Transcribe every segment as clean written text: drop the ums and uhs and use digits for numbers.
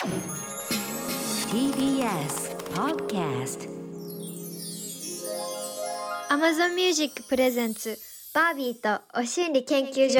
TBS Podcast Amazon Music プレゼンツバービーとお心理研究所。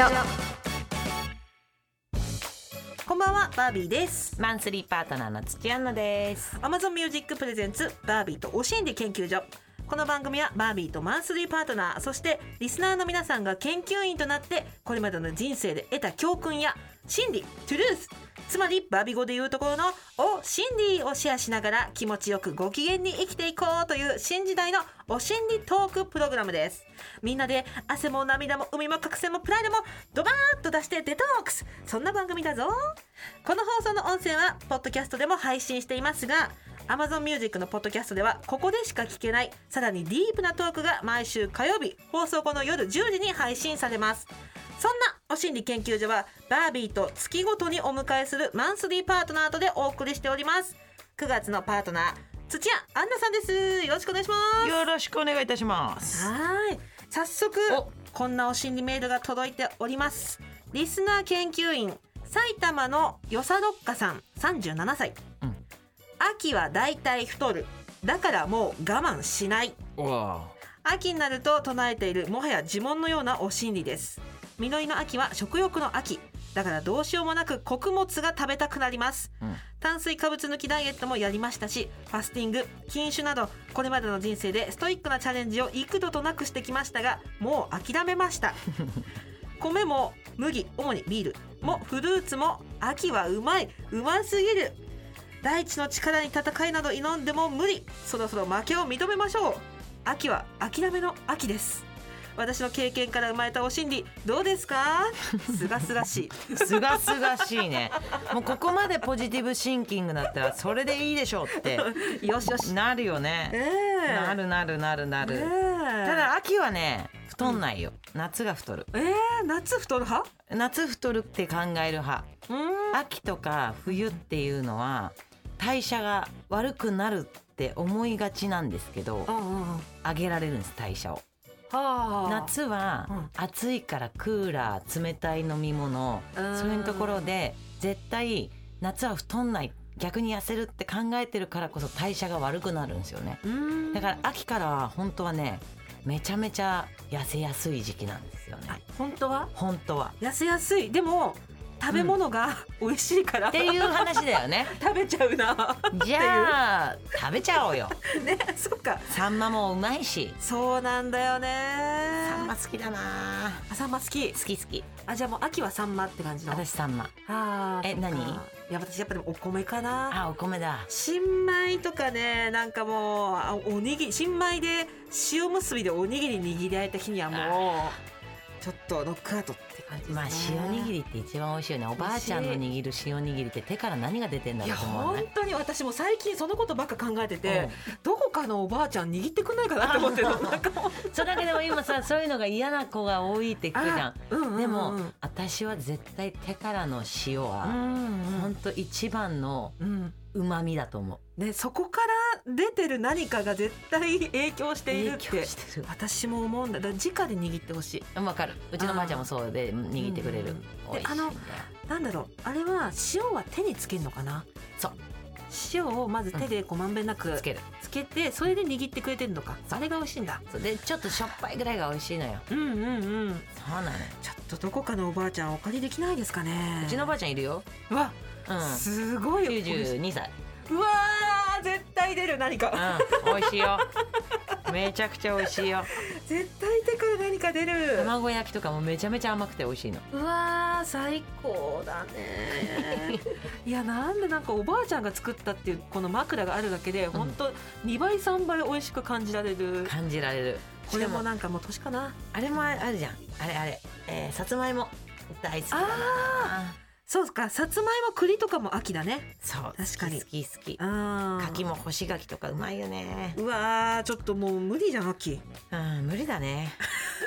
こんばんは、バービーです。 マンスリーパートナーの土屋アンナです。 Amazon Music プレゼンツバービーとお心理研究所。この番組はバービーとマンスリーパートナー、そしてリスナーの皆さんが研究員となってこれまでの人生で得た教訓や心理、トゥルース、つまりバービー語で言うところのお心理をシェアしながら気持ちよくご機嫌に生きていこうという新時代のお心理トークプログラムです。みんなで汗も涙も海も覚醒もプライドもドバーッと出してデトックス、そんな番組だぞ。この放送の音声はポッドキャストでも配信していますが、Amazon Music のポッドキャストではここでしか聞けないさらにディープなトークが毎週火曜日放送後の夜10時に配信されます。そんなお心理研究所はバービーと月ごとにお迎えするマンスリーパートナーとでお送りしております。9月のパートナー土屋アンナさんです。よろしくお願いします。 よろしくお願いいたします。 はい、早速こんなお心理メールが届いております。リスナー研究員埼玉のよさろっかさん37歳、秋はだいたい太る、だからもう我慢しない。秋になると唱えているもはや呪文のようなお心理です。実りの秋は食欲の秋だからどうしようもなく穀物が食べたくなります、炭水化物抜きダイエットもやりましたし、ファスティング、禁酒などこれまでの人生でストイックなチャレンジを幾度となくしてきましたが、もう諦めました米も麦、主にビールもフルーツも秋はうますぎる。大地の力に戦いなど挑んでも無理。そろそろ負けを認めましょう。秋は諦めの秋です。私の経験から生まれたお心理どうですか？すがすがしいすがすがしいね。もうここまでポジティブシンキングだったらそれでいいでしょうってよしよしなるよね、なる、ただ秋はね太んないよ、夏が太る。 夏太る派？ 夏太るって考える派。秋とか冬っていうのは代謝が悪くなるって思いがちなんですけど、上げられるんです、代謝を。夏は暑いからクーラー、冷たい飲み物、そういうところで絶対夏は太んない、逆に痩せるって考えてるからこそ代謝が悪くなるんですよね。だから秋からは本当はねめちゃめちゃ痩せやすい時期なんですよね。 本当は痩せやすい。でも食べ物が美味しいから、 っていう話だよね食べちゃうなじゃあ食べちゃおうよね、そっか。 サンマもうまいし。 そうなんだよね。 サンマ好きだな。 サンマ好き。じゃあもう秋はサンマって感じの。 私サンマ。何？ いや私やっぱでもお米かな。 お米だ。 新米とかね、なんかもうおにぎり、新米で塩結びでおにぎり握り合えた日にはもうちょっとノックアウトって感じですね。 塩握りって一番美味しいよね。おばあちゃんの握る塩握りって手から何が出てんだろうと思うね。 いや本当に私も最近そのことばっか考えてて、どこかのおばあちゃん握ってくんないかなって思ってるの。なんかもうそうだけど今さ、そういうのが嫌な子が多いって聞くじゃん。でも私は絶対手からの塩は本当一番の旨味だと思う。 ね、そこから出てる何かが絶対影響しているって私も思うんだ。だから直で握ってほしい。 わかる。うちのばあちゃんもそうで握ってくれる。美味しいんだよ。 なんだろう、あれは塩は手につけるのかな。 そう、 塩をまず手でこうまんべんなくつけて、それで握ってくれてるのか。あれが美味しいんだ。 でちょっとしょっぱいぐらいが美味しいのよ。そうなのよ。 ちょっとどこかのおばあちゃんお借りできないですかね。 うちのばあちゃんいるよ。 うわ、すごい。 92歳。 うわー、絶対出る何か。 美味しいよ。めちゃくちゃ美味しいよ。 絶対手から何か出る。 卵焼きとかもめちゃめちゃ甘くて美味しいの。 うわー、最高だねいや、なんでなんかおばあちゃんが作ったっていうこの枕があるだけで本当2倍3倍美味しく感じられる。これもなんかもう年かな。 あれもあるじゃん。あれ、さつまいも大好きだな。 そうか、さつまいも栗とかも秋だね。 そう確かに好き柿も干し柿とかうまいよね。 うわー、ちょっともう無理じゃん秋。 無理だね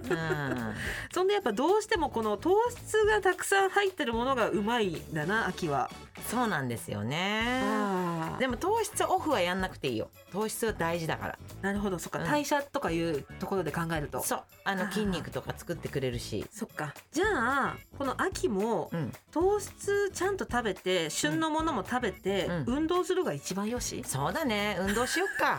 そんでやっぱどうしてもこの糖質がたくさん入ってるものがうまいんだな、秋は。 そうなんですよね。でも糖質オフはやんなくていいよ。糖質は大事だから。 なるほど、そっか、代謝とかいうところで考えると、 そう、筋肉とか作ってくれるし。 そっか。じゃあこの秋も糖質ちゃんと食べて、旬のものも食べて、運動するが一番よし。 そうだね、運動しよっか。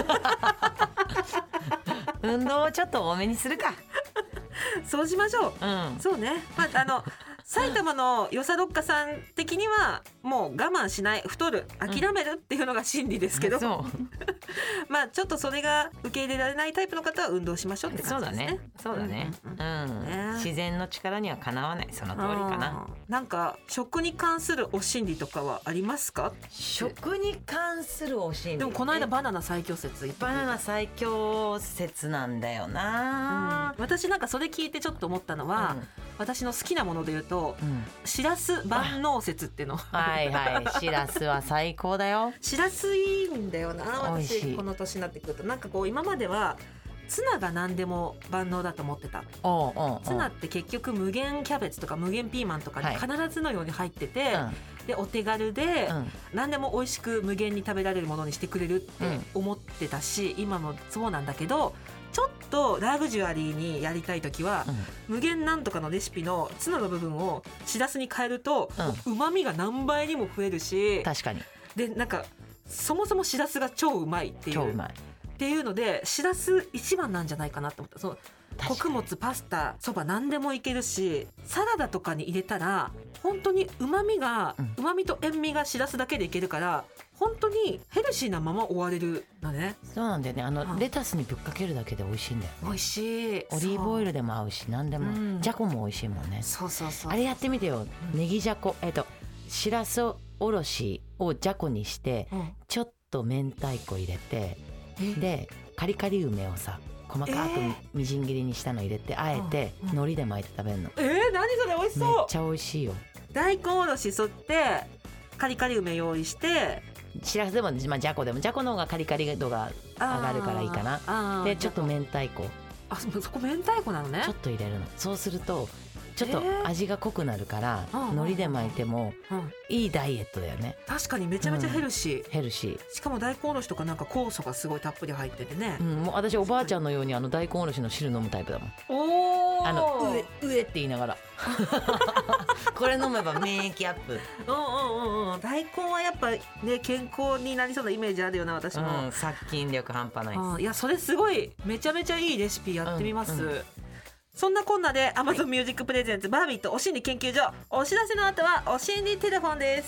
運動をちょっと多めにするか。 そうしましょう。そうね、埼玉のよさどっかさん的にはもう我慢しない、太る、諦めるっていうのが真理ですけど、まあちょっとそれが受け入れられないタイプの方は運動しましょうって感じですね。 そうだね。自然の力にはかなわない。その通りかな。 なんか食に関するお心理とかはありますか？ 食に関するお心理。 でもこの間バナナ最強説言って、 バナナ最強説なんだよな。 私なんかそれ聞いてちょっと思ったのは、私の好きなもので言うと、しらす万能説っていうの。 はいはい、しらすは最高だよ。 しらすいいんだよな。私この年になってくるとなんかこう、今まではツナが何でも万能だと思ってた。ツナって結局無限キャベツとか無限ピーマンとかに必ずのように入ってて、でお手軽で、何でも美味しく無限に食べられるものにしてくれるって思ってたし、今もそうなんだけど、ちょっとラグジュアリーにやりたいときは、無限なんとかのレシピのツナの部分をしらすに変えると、旨味が何倍にも増えるし、 確かに。 でなんかそもそもしらすが超うまいっていう、っていうのでしらす一番なんじゃないかなと思った。そう、穀物、パスタ、そば何でもいけるし、サラダとかに入れたら本当に旨味と塩味がしらすだけでいけるから、本当にヘルシーなまま終われるのね。 そうなんだよね。レタスにぶっかけるだけで美味しいんだよね。 美味しい。 オリーブオイルでも合うし、何でも、じゃこも美味しいもんね。 そうそうそう。 あれやってみてよ。ネギじゃこ、しらすおろしをじゃこにして、ちょっと明太子入れて、でカリカリ梅をさ、細かくみじん切りにしたの入れて、あえて海苔で巻いて食べるの。 何それ、美味しそう。 めっちゃ美味しいよ。 大根おろしそってカリカリ梅用意して、 しらすでも、じゃこでも、じゃこの方がカリカリ度が上がるからいいかな。でちょっと明太子、 そこ明太子なのね。 ちょっと入れるの。そうするとちょっと味が濃くなるから、海苔で巻いてもいいダイエットだよね。 確かにめちゃめちゃヘルシー、 ヘルシー。しかも大根おろしとかなんか酵素がすごいたっぷり入っててね。 もう私おばあちゃんのように大根おろしの汁飲むタイプだもん。上って言いながらこれ飲めば免疫アップ。 大根はやっぱね、健康になりそうなイメージあるよな、私も。 殺菌力半端ないです。 いや、それすごいめちゃめちゃいいレシピ、やってみます。そんなこんなで Amazon Music Presents バービーとお心理研究所、お知らせの後はお心理テレフォンです。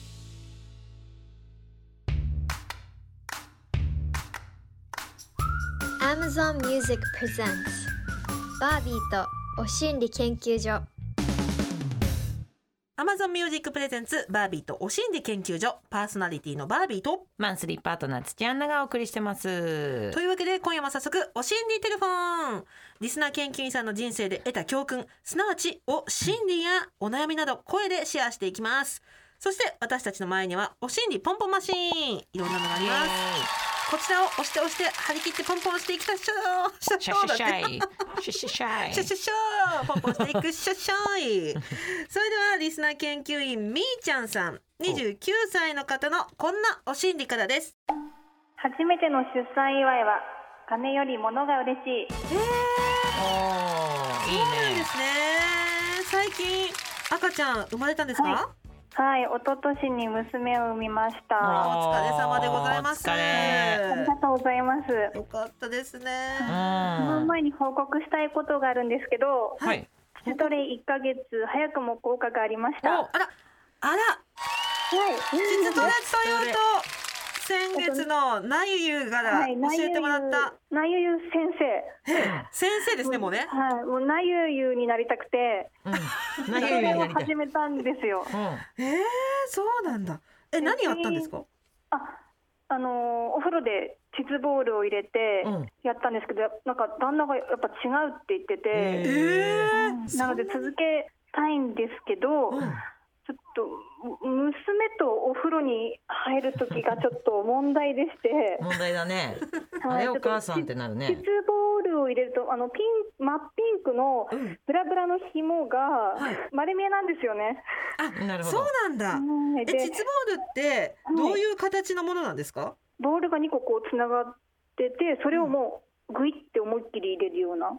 Amazon Music Presents バービーとお心理研究所。 Amazon Music Presents バービーとお心理研究所、パーソナリティのバービーとマンスリーパートナー土屋アンナがお送りしてます。 というわけで今夜も早速お心理テレフォン。リスナー研究員さんの人生で得た教訓、すなわちお心理やお悩みなど声でシェアしていきます。そして私たちの前にはお心理ポンポンマシーン、いろんなのがあります。こちらを押して張り切ってポンポンしていきましょう。シャシャシャイシャシャシャイシャシャシャポンポンしていくシャシャイ。それではリスナー研究員みーちゃんさん、29歳の方のこんなお心理からです。 初めての出産祝いは金より物が嬉しい。 いいね。 そうなんですね。最近赤ちゃん生まれたんですか？ はい、一昨年に娘を産みました。 お疲れ様でございます。 ありがとうございます。 よかったですね。 その前に報告したいことがあるんですけど、父トレ1ヶ月早くも効果がありました。 あら、父トレというと先月のなゆゆから教えてもらったなゆゆ先生ですね。もうね、 もうなゆゆになりたくてなゆゆになりたい始めたんですよ。 そうなんだ。何やったんですか？ お風呂でチズボールを入れてやったんですけど、なんか旦那がやっぱ違うって言ってて、なので続けたいんですけど、ちょっと娘とお風呂に入る時がちょっと問題でして。 問題だね。あれお母さんってなるね。 チズボールを入れるとピ真っピンクのブラブラの紐が丸見えなんですよね。 なるほど。 そうなんだ。 で膣ボールってどういう形のものなんですか？ ボールが2個こうつながってて、それをもうグイって思いっきり入れるような。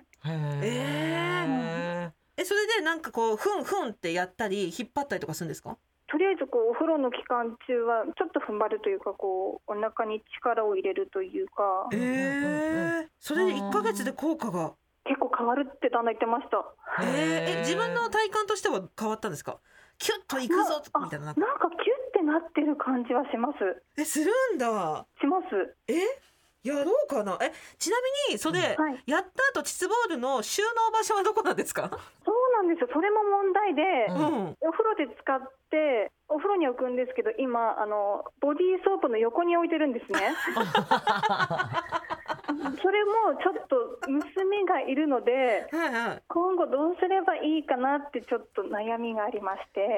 それでなんかこうふんふんってやったり引っ張ったりとかするんですか？ とりあえずこうお風呂の期間中はちょっと踏ん張るというか、こうお腹に力を入れるというか。 それで1ヶ月で効果が結構変わるって旦那言ってました。 自分の体感としては変わったんですか？キュッといくぞみたいな。 なんかキュッてなってる感じはします。 するんだ。 します。 やろうかな。ちなみにそれ、やった後膣ボールの収納場所はどこなんですか？ そうなんですよ。それも問題で、お風呂で使ってお風呂に置くんですけど、今ボディーソープの横に置いてるんですね。それもちょっと娘がいるので、今後どうすればいいかなってちょっと悩みがありまして。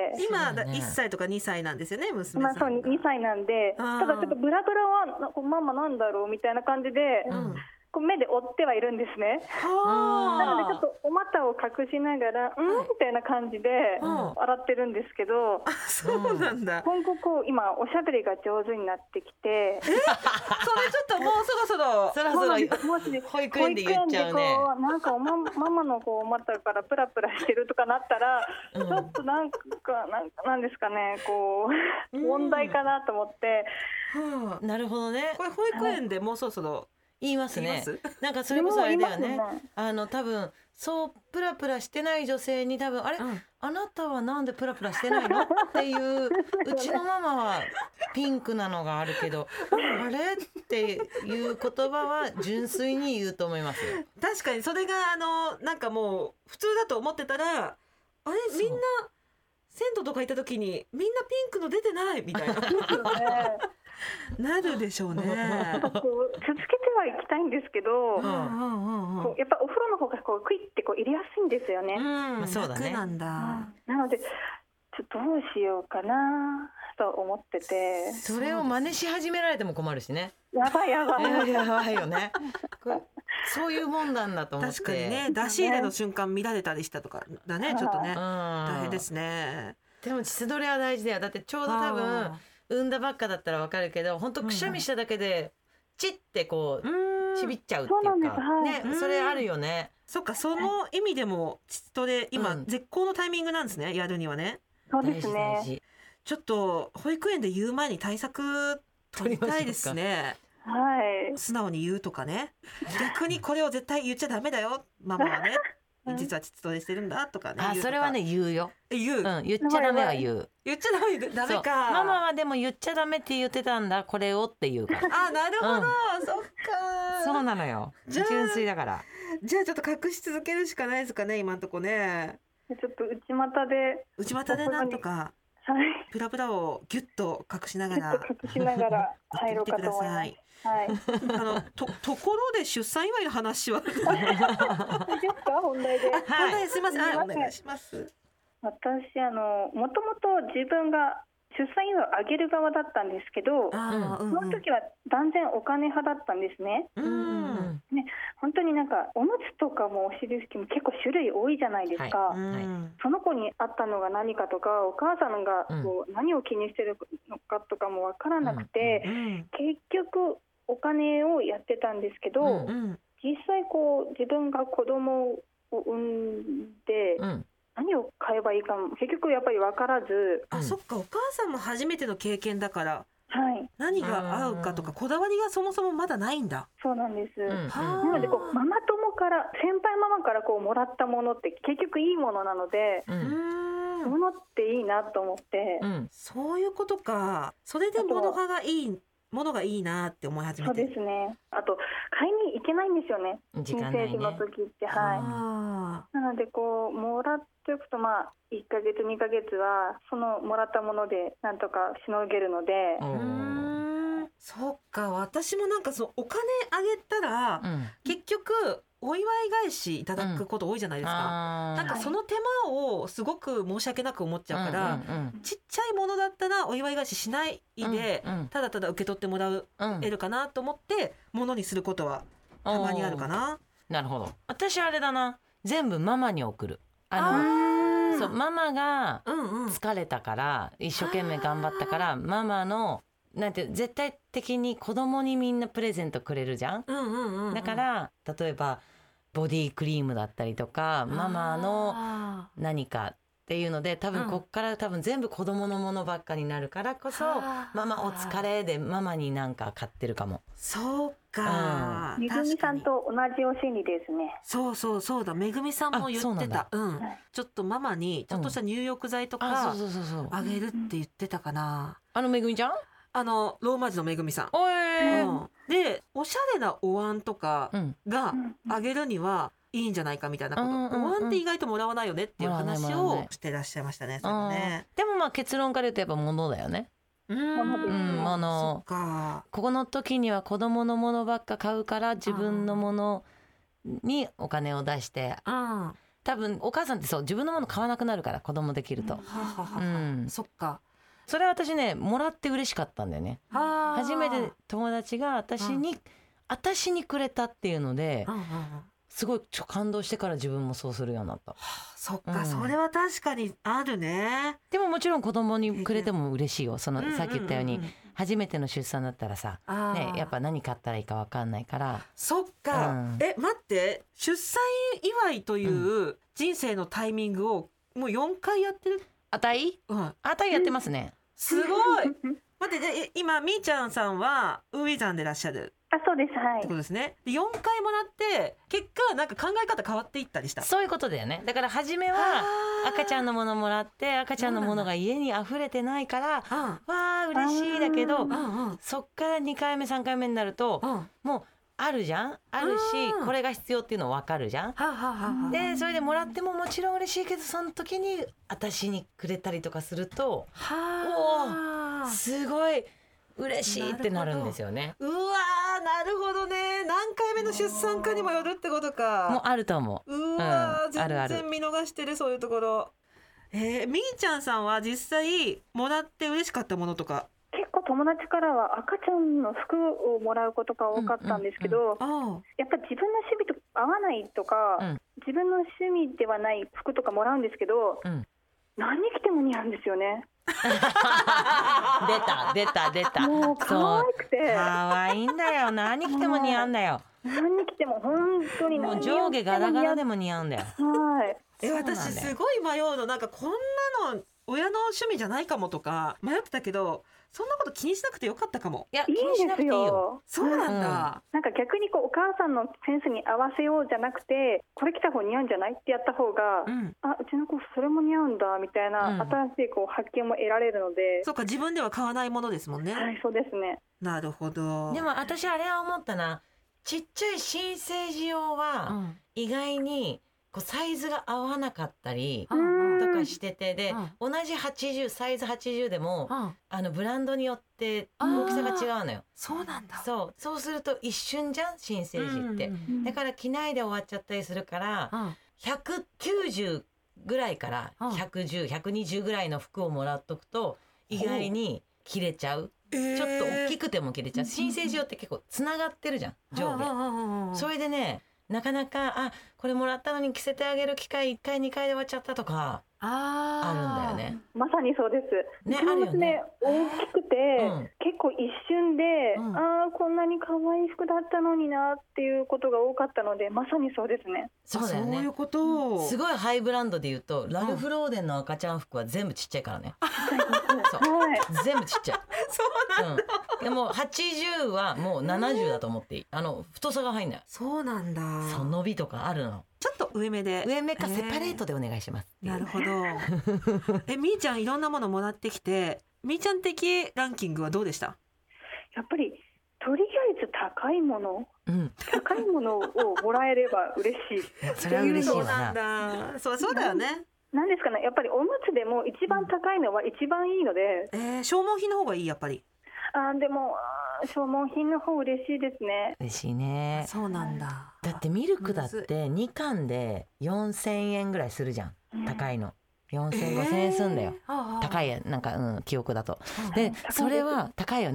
今1歳とか2歳なんですよね、娘さんが。 そう2歳なんで、ただちょっとブラブラはママなんだろうみたいな感じで、目で追ってはいるんですね。なのでちょっとお股を隠しながらみたいな感じで洗ってるんですけど、 そうなんだ。 今後こう今おしゃべりが上手になってきて、 それちょっともうそろもし保育園で言っちゃうね。 なんかママのこうお股からプラプラしてるとかなったら、ちょっとなんですかね、こう問題かなと思って。 なるほどね。 これ保育園でもうそろそろ言いますね。なんかそれこそあれだよね。多分そうプラプラしてない女性に多分あなたはなんでプラプラしてないのっていう、うちのママはピンクなのがあるけどあれっていう言葉は純粋に言うと思いますよ。 確かにそれがなんかもう普通だと思ってたら、あれみんな銭湯とか行った時にみんなピンクの出てないみたいななるでしょうね。 続けてはいきたいんですけど、やっぱお風呂の方がこうクイッてこう入れやすいんですよね。 そうだね。 なんだ。 なのでどうしようかなと思ってて。 それを真似し始められても困るしね。 やばいやばいよね。そういうもんなんだと思って。 確かにね、出し入れの瞬間乱れたりしたとかだね、ちょっとね大変ですね。 でも膣トレは大事だよ。だってちょうど多分産んだばっかだったらわかるけど、本当くしゃみしただけでチッてこうちびっちゃうっていうかね、それあるよね。 そっか、その意味でも膣トレ今絶好のタイミングなんですね、やるにはね。 そうですね。 ちょっと保育園で言う前に対策取りたいですね。素直に言うとかね。逆にこれを絶対言っちゃダメだよママはね、実は膣トレしてるんだとかね。 それはね言うよ。 言っちゃダメは言う。 言っちゃダメか。 ママはでも言っちゃダメって言ってたんだこれをって言うから。 なるほど、そっか。 そうなのよ。純粋だから。 じゃあちょっと隠し続けるしかないですかね、今んとこね。 ちょっと内股でなんとかプラプラをギュッと隠しながら入ろうかと思います。 ところで出産祝いの話は本題で。 本題すみません、お願いします。 私もともと自分が出産祝いをあげる側だったんですけど、その時は断然お金派だったんですね。本当になんかおむつとかもお尻拭きも結構種類多いじゃないですか。その子にあったのが何かとか、お母さんがこう何を気にしてるのかとかも分からなくて、結局お金をやってたんですけど、実際こう自分が子供を産んで、何を買えばいいかも結局やっぱり分からず。 そっか、お母さんも初めての経験だから、何が合うかとかこだわりがそもそもまだないんだ。 そうなんです。なのでこうママ友から先輩ママからこうもらったものって結局いいものなので、物っていいなと思って。 そういうことか。それで物がいいなって思い始めて。 そうですね。あと買いに行けないんですよね、新生児の時って。なのでこうもらっておくと1ヶ月2ヶ月はそのもらったものでなんとかしのげるので。 そっか、私もなんかお金あげたら、結局お祝い返しいただくこと多いじゃないですか。なんかその手間をすごく申し訳なく思っちゃうから、ちっちゃいものだったらお祝い返ししないで、ただただ受け取ってもらえるかなと思ってものにすることはたまにあるかな。 なるほど。私あれだな、全部ママに送る。そう、ママが疲れたから、一生懸命頑張ったから、ママのなんて絶対的に子供にみんなプレゼントくれるじゃん。だから例えばボディクリームだったりとか、ママの何かっていうので、多分こっから多分全部子供のものばっかになるからこそ、ママお疲れでママになんか買ってるかも。 そうか、 めぐみさんと同じお心理ですね。 そうだ、めぐみさんも言ってた。ちょっとママにちょっとした入浴剤とかあげるって言ってたかな。 めぐみちゃん、 ローマ字のめぐみさん。でおしゃれなお椀とかがあげるにはいいんじゃないかみたいなこと、お椀って意外ともらわないよねっていう話をしてらっしゃいましたね。それもね。 でもまあ結論から言うとやっぱ物だよね。 そっか。 ここの時には子供のものばっか買うから自分のものにお金を出して、多分お母さんってそう自分のもの買わなくなるから、子供できると。 そっか。 それは私ね、もらって嬉しかったんだよね。初めて友達が私にくれたっていうので、すごい感動してから自分もそうするようになった。 そっか、それは確かにあるね。 でももちろん子供にくれても嬉しいよ。そのさっき言ったように初めての出産だったらさ、ね、やっぱ何買ったらいいか分かんないから。 そっか、待って、出産祝いという人生のタイミングをもう4回やってる。 あたいやってますね。 すごい。待って、今みーちゃんさんはウィザンでいらっしゃる。 そうです。はい。 ってことですね。4回もらって結果なんか考え方変わっていったりした。 そういうことだよね。だから初めは赤ちゃんのものもらって、赤ちゃんのものが家に溢れてないからわー嬉しいだけど、そっから2回目3回目になるともうあるじゃん、あるし、これが必要っていうの分かるじゃん。でそれでもらってももちろん嬉しいけど、その時に私にくれたりとかすると、おすごい嬉しいってなるんですよね。 うわー、なるほどね。何回目の出産かにもよるってことか。 もうあると思う。 うわー、全然見逃してる、そういうところ。みーちゃんさんは実際もらって嬉しかったものとか。 結構友達からは赤ちゃんの服をもらうことが多かったんですけど、やっぱ自分の趣味と合わないとか、自分の趣味ではない服とかもらうんですけど、何着ても似合うんですよね。 出た。 もう可愛くて。 可愛いんだよ。何着ても似合うんだよ。 何着ても本当にもう上下ガラガラでも似合うんだよ。 私すごい迷うの。なんかこんなの親の趣味じゃないかもとか迷ってたけど、そんなこと気にしなくてよかったかも。 いや、気にしなくていいよ。 そうなんだ。 なんか逆にお母さんのセンスに合わせようじゃなくて、これ着た方似合うんじゃないってやった方が、うちの子それも似合うんだみたいな、新しい発見も得られるので。 そうか、自分では買わないものですもんね。 はい、そうですね。 なるほど。 でも私あれは思ったな。ちっちゃい新生児用は意外にサイズが合わなかったりとかしてて、で同じ80サイズ80でもブランドによって大きさが違うのよ。 そうなんだ。 そうすると一瞬じゃん、新生児って。だから着ないで終わっちゃったりするから、190ぐらいから110、120ぐらいの服をもらっとくと意外に着れちゃう。ちょっと大きくても着れちゃう。新生児用って結構つながってるじゃん、上下。それでね、なかなかこれもらったのに着せてあげる機会1回2回で終わっちゃったとかあるんだよね。 まさにそうです。 ね、 うちの娘大きくて、結構一瞬で、こんなに可愛い服だったのになっていうことが多かったので、まさにそうですね。 そうだよね。 そういうこと。 すごいハイブランドで言うと、ラルフローデンの赤ちゃん服は全部ちっちゃいからね。そう、全部ちっちゃい。 そうなんだ。 でも80はもう70だと思っていい。太さが入んない。 そうなんだ。 伸びとかあるの。 ちょっと上目で。 上目かセパレートでお願いします。 なるほど。みーちゃんいろんなものもらってきて、みーちゃん的ランキングはどうでした？ やっぱりとりあえず高いもの、高いものをもらえれば嬉しい。 それは嬉しいわな。 そうなんだ。そうだよね。 なんですかね、やっぱりおむつでも一番高いのは一番いいので。 消耗品の方がいい、やっぱり。 でも消耗品の方嬉しいですね。 嬉しいね。 そうなんだ。 だってミルクだって2缶で4000円ぐらいするじゃん、高いの。4000、5000円するんだよ、高いなんか、記憶だと。でそれは高いよね。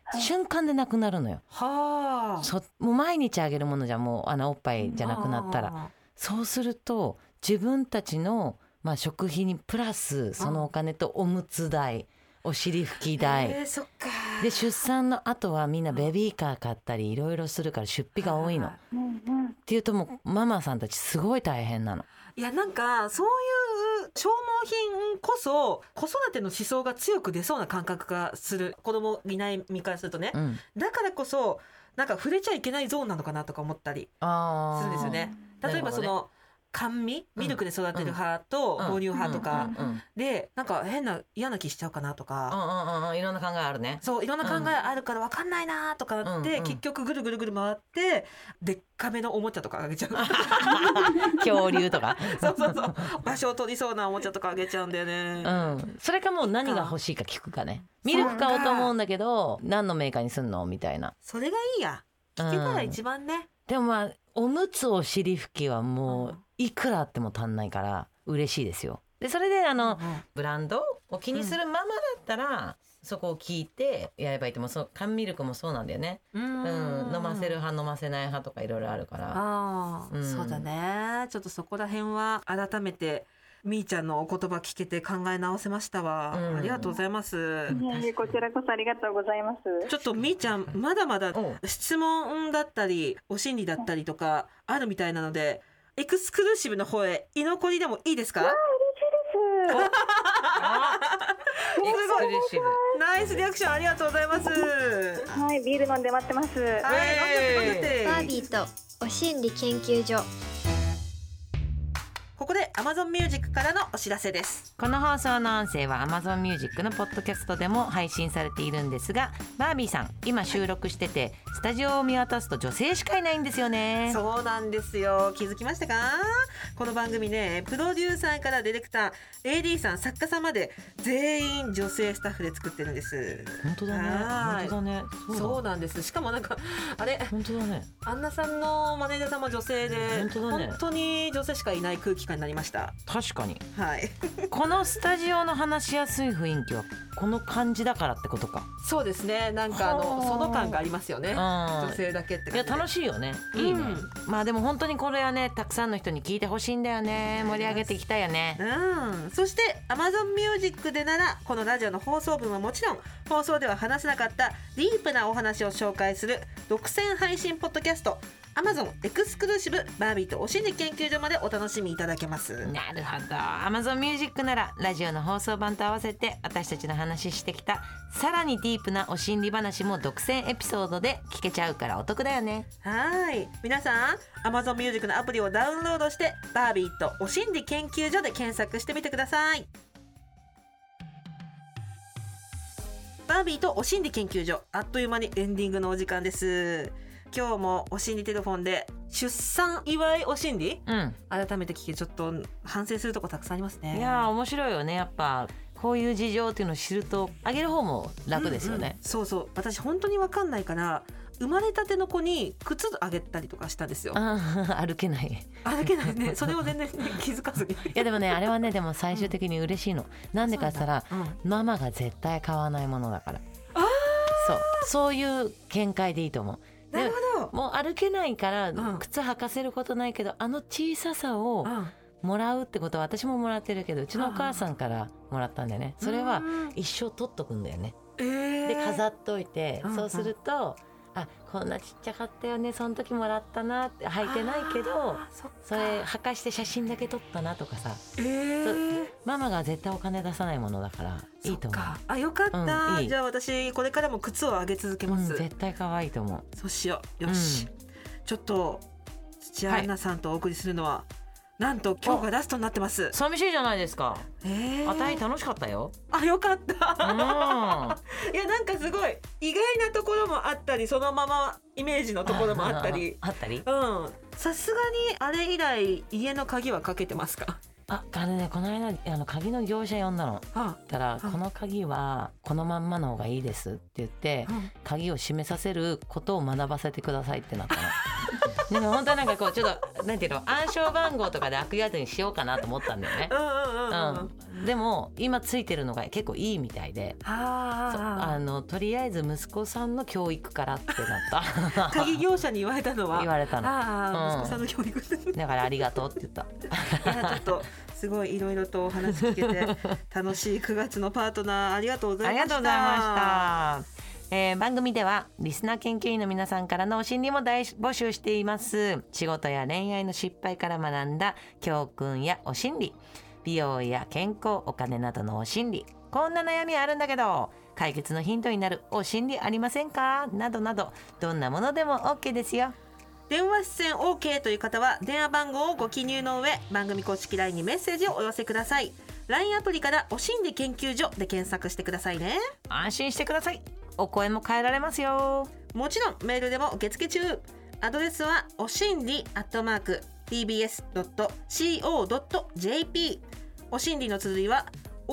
瞬間でなくなるのよ。 はあ。 もう毎日あげるものじゃもうおっぱいじゃなくなったら、そうすると自分たちの食費にプラスそのお金とおむつ代、お尻拭き代、 そっか。 で出産の後はみんなベビーカー買ったりいろいろするから出費が多いの、っていうともうママさんたちすごい大変なの。 いやなんかそういう消耗品こそ子育ての思想が強く出そうな感覚がする、子供いない身からするとね、だからこそなんか触れちゃいけないゾーンなのかなとか思ったりするんですよね。例えばその甘味ミルクで育てる派と母乳派とかでなんか変な嫌な気しちゃうかなとか、 いろんな考えあるね。 そういろんな考えあるから分かんないなとかって結局ぐるぐるぐる回ってでっかめのおもちゃとかあげちゃう恐竜とかそう場所を取りそうなおもちゃとかあげちゃうんだよね。 それかもう何が欲しいか聞くかね。ミルク買おうと思うんだけど何のメーカーにすんのみたいな。 それがいいや、聞けたら一番ね。 でもおむつお尻拭きはもういくらあっても足んないから嬉しいですよ。でそれでブランドを気にするママだったら、そこを聞いてやればいいと思う。缶ミルクもそうなんだよね。飲ませる派飲ませない派とかいろいろあるから。 そうだね。ちょっとそこら辺は改めてみーちゃんのお言葉聞けて考え直せましたわ。ありがとうございます。 こちらこそありがとうございます。 ちょっとみーちゃんまだまだ質問だったりお心理だったりとかあるみたいなので、エクスクルーシブの方へ居残りでもいいですか？ 嬉しいです。 エクスクルーシブ。 ナイスリアクションありがとうございます。 はい、ビール飲んで待ってます。 はい、飲んでて。 バービーとお心理研究所。 ここで Amazon Music からのお知らせです。 この放送の音声は Amazon Music のポッドキャストでも配信されているんですが、バービーさん今収録してて、スタジオを見渡すと女性しかいないんですよね。 そうなんですよ。気づきましたか？この番組ね、プロデューサーからディレクター AD さん作家さんまで全員女性スタッフで作ってるんです。 本当だね。本当だね。 そうなんです。しかもなんかあれ本当だね。 アンナさんのマネージャーさんも女性で、本当に女性しかいない空気感になりました。 確かに。 はい。 このスタジオの話しやすい雰囲気はこの感じだからってことか。 そうですね。なんかその感がありますよね。女性だけって感じで。 いや楽しいよね。いいね。まあでも本当にこれはね、たくさんの人に聞いてほしいんだよね。盛り上げていきたいよね。 そして Amazon Music でならこのラジオの放送分はもちろん、放送では話せなかったディープなお話を紹介する独占配信ポッドキャスト、Amazon エクスクルーシブバービーとお心理研究所までお楽しみいただけます。 なるほど。 Amazon Music ならラジオの放送版と合わせて私たちの話してきたさらにディープなお心理話も独占エピソードで聞けちゃうからお得だよね。 はい、皆さん Amazon Music のアプリをダウンロードしてバービーとお心理研究所で検索してみてください。バービーとお心理研究所、あっという間にエンディングのお時間です。今日もお心理テレフォンで出産祝いお心理、改めて聞け、ちょっと反省するとこたくさんありますね。 いや面白いよね。やっぱこういう事情っていうのを知るとあげる方も楽ですよね。 そうそう、私本当に分かんないから生まれたての子に靴あげたりとかしたんですよ。 歩けないね。それを全然気づかずに。いやでもね、あれはね、でも最終的に嬉しいの。なんでかって言ったら、ママが絶対買わないものだから。そういう見解でいいと思う。 なるほど。 もう歩けないから靴履かせることないけど、小ささをもらうってことは私ももらってるけど、うちのお母さんからもらったんだよね。それは一生取っとくんだよね。で飾っといて、そうするとこんなちっちゃかったよね、その時もらったなって、履いてないけどそれ履かして写真だけ撮ったなとかさ、ママが絶対お金出さないものだからいいと思う。 よかった、じゃあ私これからも靴をあげ続けます。 絶対可愛いと思う。 そうしよう。よし、ちょっと土屋アンナさんとお送りするのは、なんと今日がラストになってます。 寂しいじゃないですか。あたい楽しかったよ。 よかったいやなんかすごい意外なところもあったり、そのままイメージのところもあったりさすがにあれ以来家の鍵はかけてますか？ ね、この間鍵の業者呼んだの。たらこの鍵はこのまんまの方がいいですって言って、鍵を閉めさせることを学ばせてくださいってなったのでも本当なんかこうちょっとなんていうの暗証番号とかで開くやつにしようかなと思ったんだよね。でも今ついてるのが結構いいみたいで、とりあえず息子さんの教育からってなった鍵業者に言われたのは言われたの。 息子さんの教育だからありがとうって言った。 いやちょっとすごいいろいろとお話聞けて楽しい9月のパートナーありがとうございました。 ありがとうございました。番組ではリスナー研究員の皆さんからのお心理も大募集しています。仕事や恋愛の失敗から学んだ教訓やお心理、美容や健康、お金などのお心理、こんな悩みあるんだけど解決のヒントになるお心理ありませんか、などなどどんなものでも OK ですよ。 電話出演 OK という方は電話番号をご記入の上、番組公式 LINE にメッセージをお寄せください。 LINE アプリからお心理研究所で検索してくださいね。 安心してください。お声も変えられますよ。 もちろんメールでも受付中。アドレスはおしんり@tbs.co.jp。 おしんりの綴りは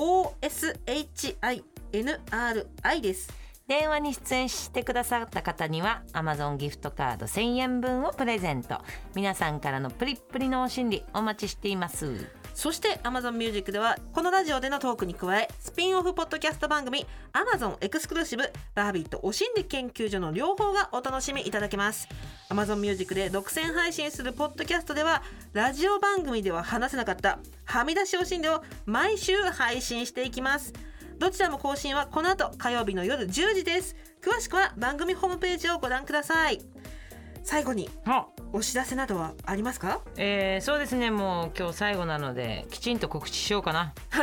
OSHINRI です。 電話に出演してくださった方には Amazon ギフトカード1000円分をプレゼント。皆さんからのプリップリのお心理お待ちしています。 そして Amazon Music ではこのラジオでのトークに加えスピンオフポッドキャスト番組 Amazon エクスクルーシブバービーとお心理研究所の両方がお楽しみいただけます。 Amazon Music で独占配信するポッドキャストではラジオ番組では話せなかったはみ出しお心理を毎週配信していきます。どちらも更新はこの後火曜日の夜10時です。詳しくは番組ホームページをご覧ください。最後にお知らせなどはありますか？ そうですね、もう今日最後なのできちんと告知しようかな、はい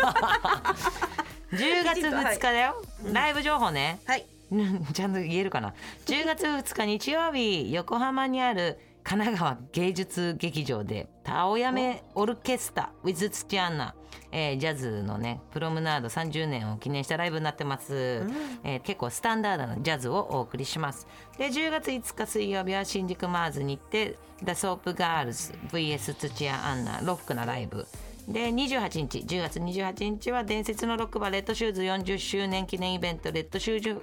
、10月2日だよ、はい、ライブ情報ね、はい、ちゃんと言えるかな。10月2日日曜日横浜にある神奈川芸術劇場でタオヤメオルケスタ with 土アンナ、ジャズのねプロムナード30年を記念したライブになってます、結構スタンダードなジャズをお送りします。で10月5日水曜日は新宿マーズに行ってThe Soap Girls vs 土屋アンナロックなライブで10月28日は伝説のロックバーレッドシューズ40周年記念イベントレッドシュー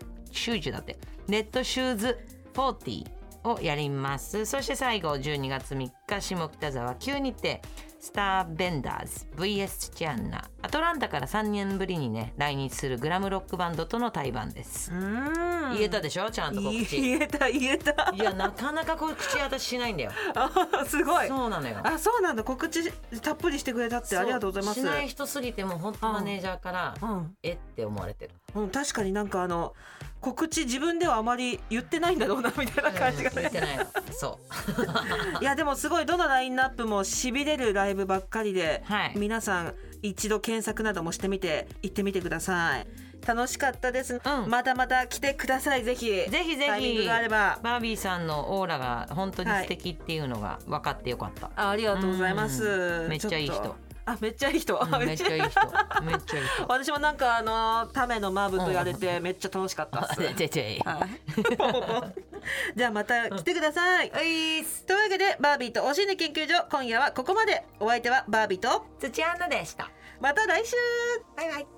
ズ40をやります。そして最後12月3日下北沢9にてスターベンダーズ vs 土屋アンナ、アトランタから3年ぶりにね来日するグラムロックバンドとの対バンです。言えたでしょ、ちゃんと告知。 言えたいやなかなか告知私しないんだよすごい。 そうなのよ。 そうなんだ。告知たっぷりしてくれたってありがとうございます。 しない人すぎても本当マネージャーから、って思われてる。確かになんか告知自分ではあまり言ってないんだろうなみたいな感じがね、 言ってないのそういやでもすごいどのラインナップもしびれるライブばっかりで、皆さん一度検索などもしてみて行ってみてください。楽しかったです、またまた来てください。ぜひタイミングがあれば。 バービーさんのオーラが本当に素敵っていうのが分かってよかった、 ありがとうございます。 めっちゃいい人。 めっちゃいい人、 めっちゃいい人私もなんかタメのマブとやれてめっちゃ楽しかったっすじゃあまた来てください、というわけでバービーとお心理研究所今夜はここまで。お相手はバービーと土屋アンナでした。 また来週。 バイバイ。